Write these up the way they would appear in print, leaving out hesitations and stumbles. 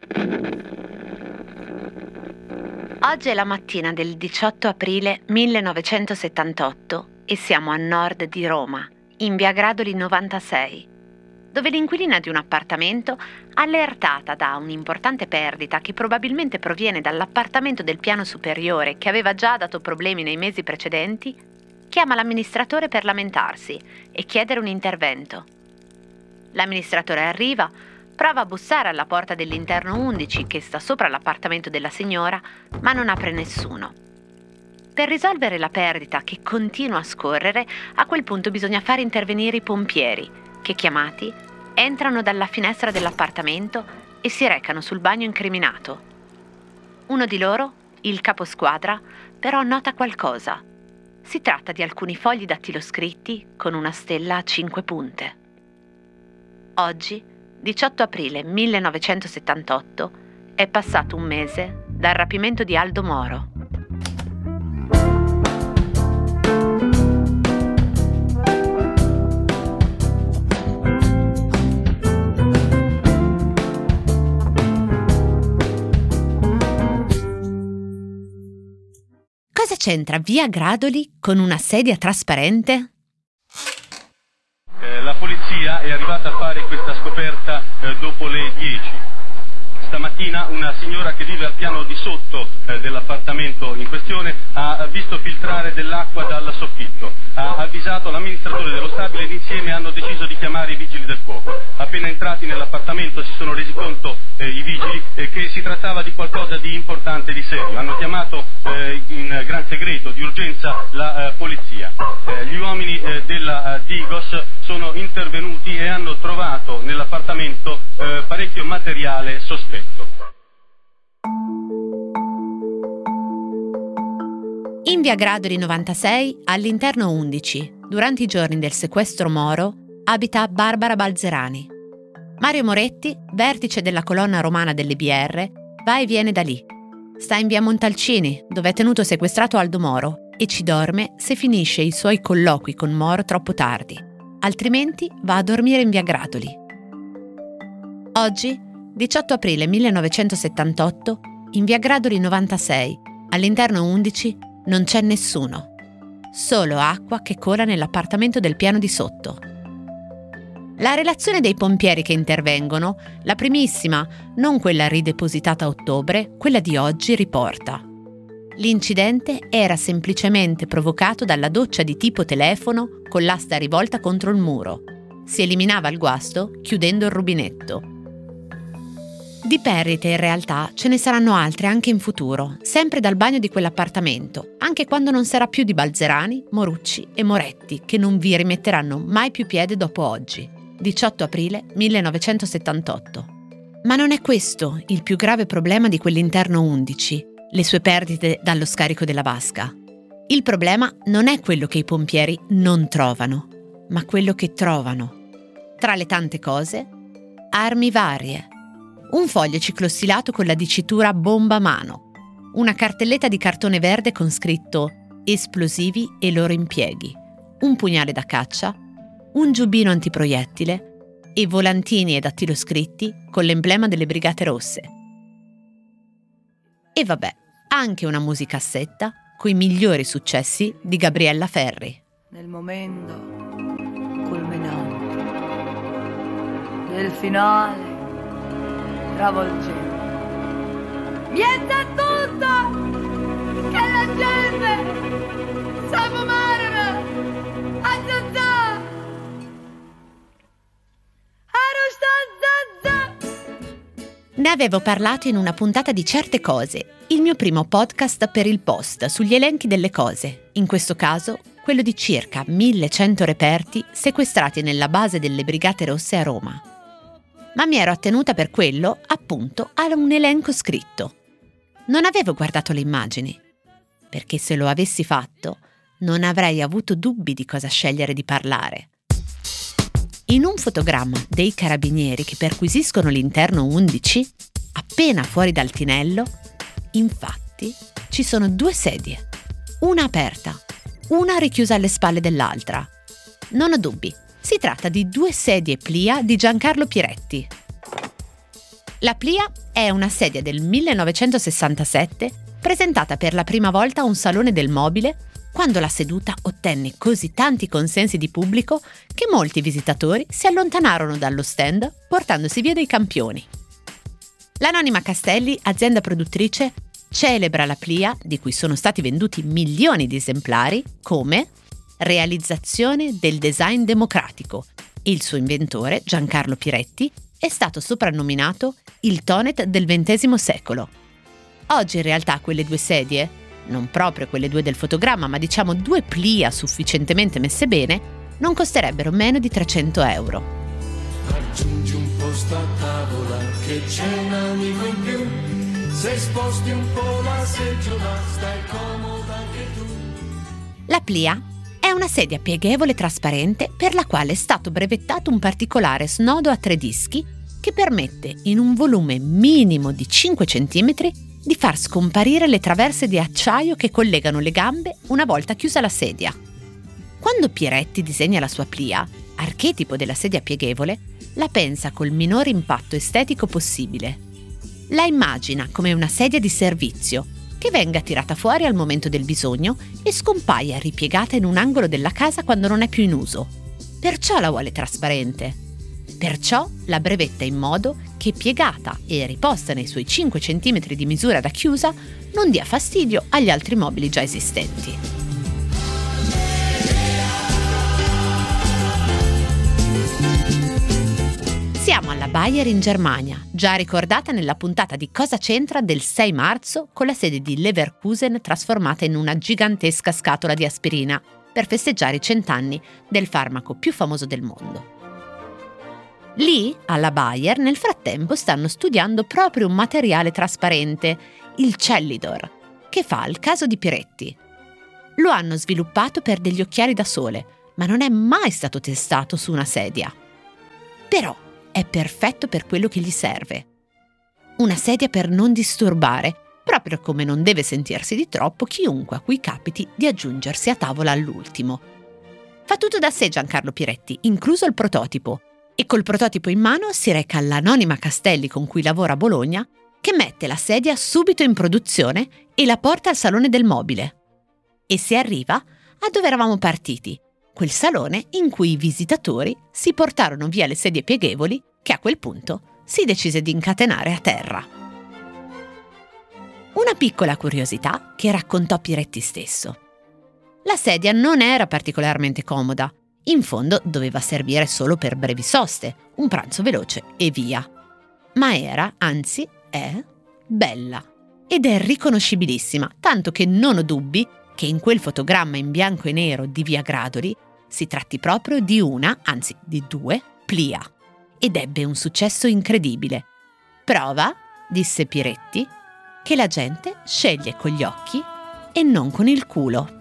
Oggi è la mattina del 18 aprile 1978 e siamo a nord di Roma, in via Gradoli 96, dove l'inquilina di un appartamento, allertata da un'importante perdita che probabilmente proviene dall'appartamento del piano superiore che aveva già dato problemi nei mesi precedenti, chiama l'amministratore per lamentarsi e chiedere un intervento. L'amministratore arriva, prova a bussare alla porta dell'interno 11 che sta sopra l'appartamento della signora, ma non apre nessuno. Per risolvere la perdita che continua a scorrere, a quel punto bisogna fare intervenire i pompieri, che chiamati entrano dalla finestra dell'appartamento e si recano sul bagno incriminato. Uno di loro, il caposquadra, però nota qualcosa. Si tratta di alcuni fogli dattiloscritti con una stella a 5 punte. Oggi, 18 aprile 1978, è passato un mese dal rapimento di Aldo Moro. Cosa c'entra via Gradoli con una sedia trasparente? La polizia è arrivata a fare questa scoperta dopo le 10. Stamattina una signora che vive al piano di sotto dell'appartamento in questione ha visto filtrare dell'acqua dal soffitto. Ha avvisato l'amministratore dello stabile ed insieme hanno deciso di chiamare i vigili del fuoco. Appena entrati nell'appartamento si sono resi conto i vigili che si trattava di qualcosa di importante e di serio. Hanno chiamato in gran segreto, di urgenza, la polizia. Gli uomini della Digos sono intervenuti e hanno trovato nell'appartamento parecchio materiale sospetto. In via Gradoli 96, all'interno 11, durante i giorni del sequestro Moro, abita Barbara Balzerani. Mario Moretti, vertice della colonna romana delle BR, va e viene da lì. Sta in via Montalcini, dove è tenuto sequestrato Aldo Moro, e ci dorme se finisce i suoi colloqui con Moro troppo tardi. Altrimenti va a dormire in via Gradoli. Oggi, 18 aprile 1978, in via Gradoli 96, all'interno 11, non c'è nessuno. Solo acqua che cola nell'appartamento del piano di sotto. La relazione dei pompieri che intervengono, la primissima, non quella ridepositata a ottobre, quella di oggi, riporta: l'incidente era semplicemente provocato dalla doccia di tipo telefono con l'asta rivolta contro il muro. Si eliminava il guasto chiudendo il rubinetto. Di perdite in realtà ce ne saranno altre anche in futuro, sempre dal bagno di quell'appartamento, anche quando non sarà più di Balzerani, Morucci e Moretti, che non vi rimetteranno mai più piede dopo oggi, 18 aprile 1978. Ma non è questo il più grave problema di quell'interno 11, le sue perdite dallo scarico della vasca. Il problema non è quello che i pompieri non trovano, ma quello che trovano. Tra le tante cose, armi varie. Un foglio ciclossilato con la dicitura bomba a mano, una cartelletta di cartone verde con scritto esplosivi e loro impieghi, un pugnale da caccia, un giubbino antiproiettile e volantini e dattiloscritti con l'emblema delle Brigate Rosse. E vabbè, anche una musicassetta coi migliori successi di Gabriella Ferri. Nel momento culminante del finale travolgente. Vieta tutto! Che la gente sa fumare! A zazza! Ne avevo parlato in una puntata di Certe Cose, il mio primo podcast per il Post sugli elenchi delle cose, in questo caso quello di circa 1100 reperti sequestrati nella base delle Brigate Rosse a Roma. Ma mi ero attenuta per quello, appunto, a un elenco scritto. Non avevo guardato le immagini, perché se lo avessi fatto non avrei avuto dubbi di cosa scegliere di parlare. In un fotogramma dei carabinieri che perquisiscono l'interno 11, appena fuori dal tinello, infatti ci sono 2 sedie, una aperta, una richiusa alle spalle dell'altra. Non ho dubbi. Si tratta di 2 sedie Plia di Giancarlo Piretti. La Plia è una sedia del 1967 presentata per la prima volta a un salone del mobile, quando la seduta ottenne così tanti consensi di pubblico che molti visitatori si allontanarono dallo stand portandosi via dei campioni. L'Anonima Castelli, azienda produttrice, celebra la Plia, di cui sono stati venduti milioni di esemplari, come realizzazione del design democratico. Il suo inventore, Giancarlo Piretti, è stato soprannominato il Tonet del XX secolo. Oggi in realtà quelle due sedie, non proprio quelle due del fotogramma, ma diciamo due Plia sufficientemente messe bene, non costerebbero meno di 300 euro. Aggiungi un posto a tavola che c'è un amico in più, se sposti un po' la seggiola stai comoda anche tu. La Plia è una sedia pieghevole trasparente per la quale è stato brevettato un particolare snodo a 3 dischi che permette, in un volume minimo di 5 cm, di far scomparire le traverse di acciaio che collegano le gambe una volta chiusa la sedia. Quando Piretti disegna la sua Plia, archetipo della sedia pieghevole, la pensa col minor impatto estetico possibile. La immagina come una sedia di servizio che venga tirata fuori al momento del bisogno e scompaia ripiegata in un angolo della casa quando non è più in uso. Perciò la vuole trasparente. Perciò la brevetta in modo che piegata e riposta nei suoi 5 cm di misura da chiusa non dia fastidio agli altri mobili già esistenti. Siamo alla Bayer in Germania, già ricordata nella puntata di Cosa c'entra del 6 marzo con la sede di Leverkusen trasformata in una gigantesca scatola di aspirina per festeggiare i 100 anni del farmaco più famoso del mondo. Lì, alla Bayer, nel frattempo stanno studiando proprio un materiale trasparente, il Cellidor, che fa il caso di Piretti. Lo hanno sviluppato per degli occhiali da sole, ma non è mai stato testato su una sedia. Però è perfetto per quello che gli serve. Una sedia per non disturbare, proprio come non deve sentirsi di troppo chiunque a cui capiti di aggiungersi a tavola all'ultimo. Fa tutto da sé Giancarlo Piretti, incluso il prototipo, e col prototipo in mano si reca all'Anonima Castelli con cui lavora a Bologna, che mette la sedia subito in produzione e la porta al Salone del Mobile. E si arriva a dove eravamo partiti, quel salone in cui i visitatori si portarono via le sedie pieghevoli che a quel punto si decise di incatenare a terra. Una piccola curiosità che raccontò Piretti stesso. La sedia non era particolarmente comoda. In fondo doveva servire solo per brevi soste, un pranzo veloce e via. Ma era, anzi è, bella. Ed è riconoscibilissima, tanto che non ho dubbi che in quel fotogramma in bianco e nero di Via Gradoli si tratti proprio di una, anzi di 2, Plia. Ed ebbe un successo incredibile. Prova, disse Piretti, che la gente sceglie con gli occhi e non con il culo.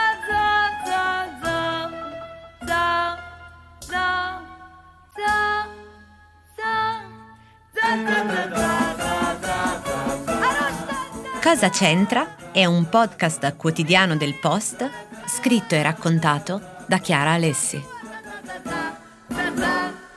Cosa c'entra? È un podcast quotidiano del Post, scritto e raccontato da Chiara Alessi.